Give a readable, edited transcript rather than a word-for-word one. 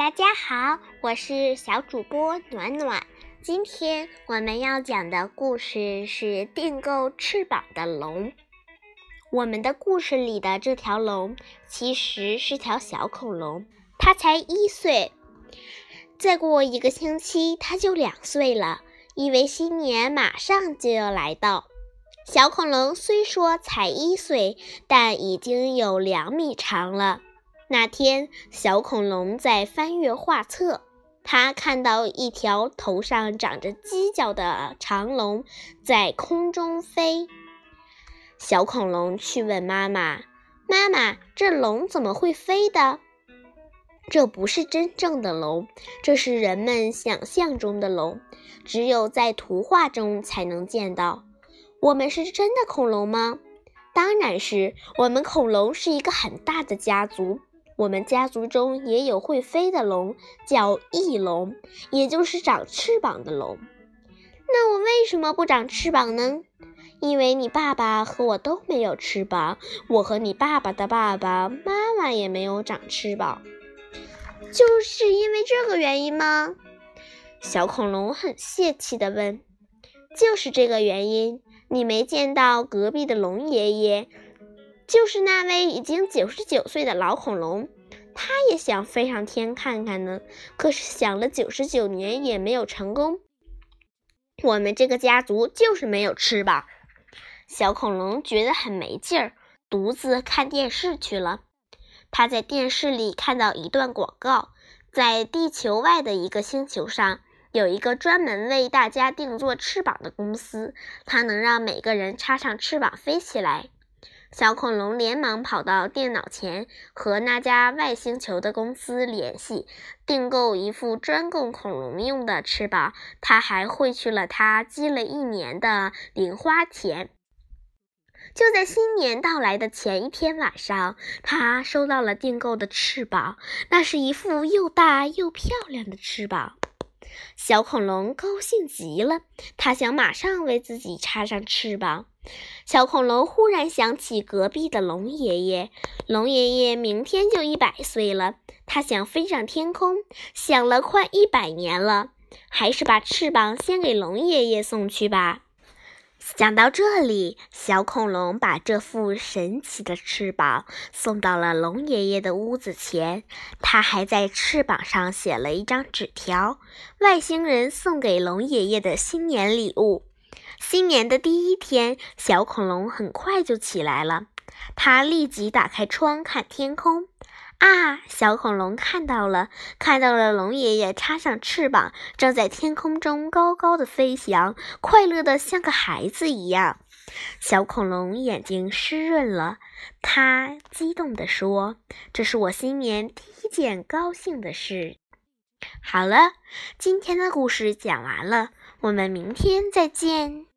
大家好，我是小主播暖暖。今天我们要讲的故事是订购翅膀的龙。我们的故事里的这条龙其实是条小恐龙，它才1岁。再过1个星期它就2岁了，因为新年马上就要来到。小恐龙虽说才1岁，但已经有2米长了。那天，小恐龙在翻阅画册，他看到一条头上长着犄角的长龙在空中飞。小恐龙去问妈妈：“妈妈，这龙怎么会飞的？”这不是真正的龙，这是人们想象中的龙，只有在图画中才能见到。我们是真的恐龙吗？当然是，我们恐龙是一个很大的家族。我们家族中也有会飞的龙，叫翼龙，也就是长翅膀的龙。那我为什么不长翅膀呢？因为你爸爸和我都没有翅膀，我和你爸爸的爸爸妈妈也没有长翅膀。就是因为这个原因吗？小恐龙很泄气地问。就是这个原因，你没见到隔壁的龙爷爷，就是那位已经99岁的老恐龙，他也想飞上天看看呢，可是想了99年也没有成功。我们这个家族就是没有翅膀。小恐龙觉得很没劲儿，独自看电视去了。他在电视里看到一段广告，在地球外的一个星球上，有一个专门为大家定做翅膀的公司，它能让每个人插上翅膀飞起来。小恐龙连忙跑到电脑前，和那家外星球的公司联系，订购一副专供恐龙用的翅膀。他还汇去了他积了1年的零花钱。就在新年到来的前一天晚上，他收到了订购的翅膀，那是一副又大又漂亮的翅膀。小恐龙高兴极了，他想马上为自己插上翅膀。小恐龙忽然想起隔壁的龙爷爷，龙爷爷明天就100岁了，他想飞上天空，想了快100年了，还是把翅膀先给龙爷爷送去吧。想到这里，小恐龙把这副神奇的翅膀送到了龙爷爷的屋子前，他还在翅膀上写了一张纸条，外星人送给龙爷爷的新年礼物。新年的第1天，小恐龙很快就起来了，他立即打开窗看天空。小恐龙看到了龙爷爷插上翅膀，正在天空中高高的飞翔，快乐得像个孩子一样。小恐龙眼睛湿润了，他激动地说：“这是我新年第1件高兴的事。”好了，今天的故事讲完了，我们明天再见。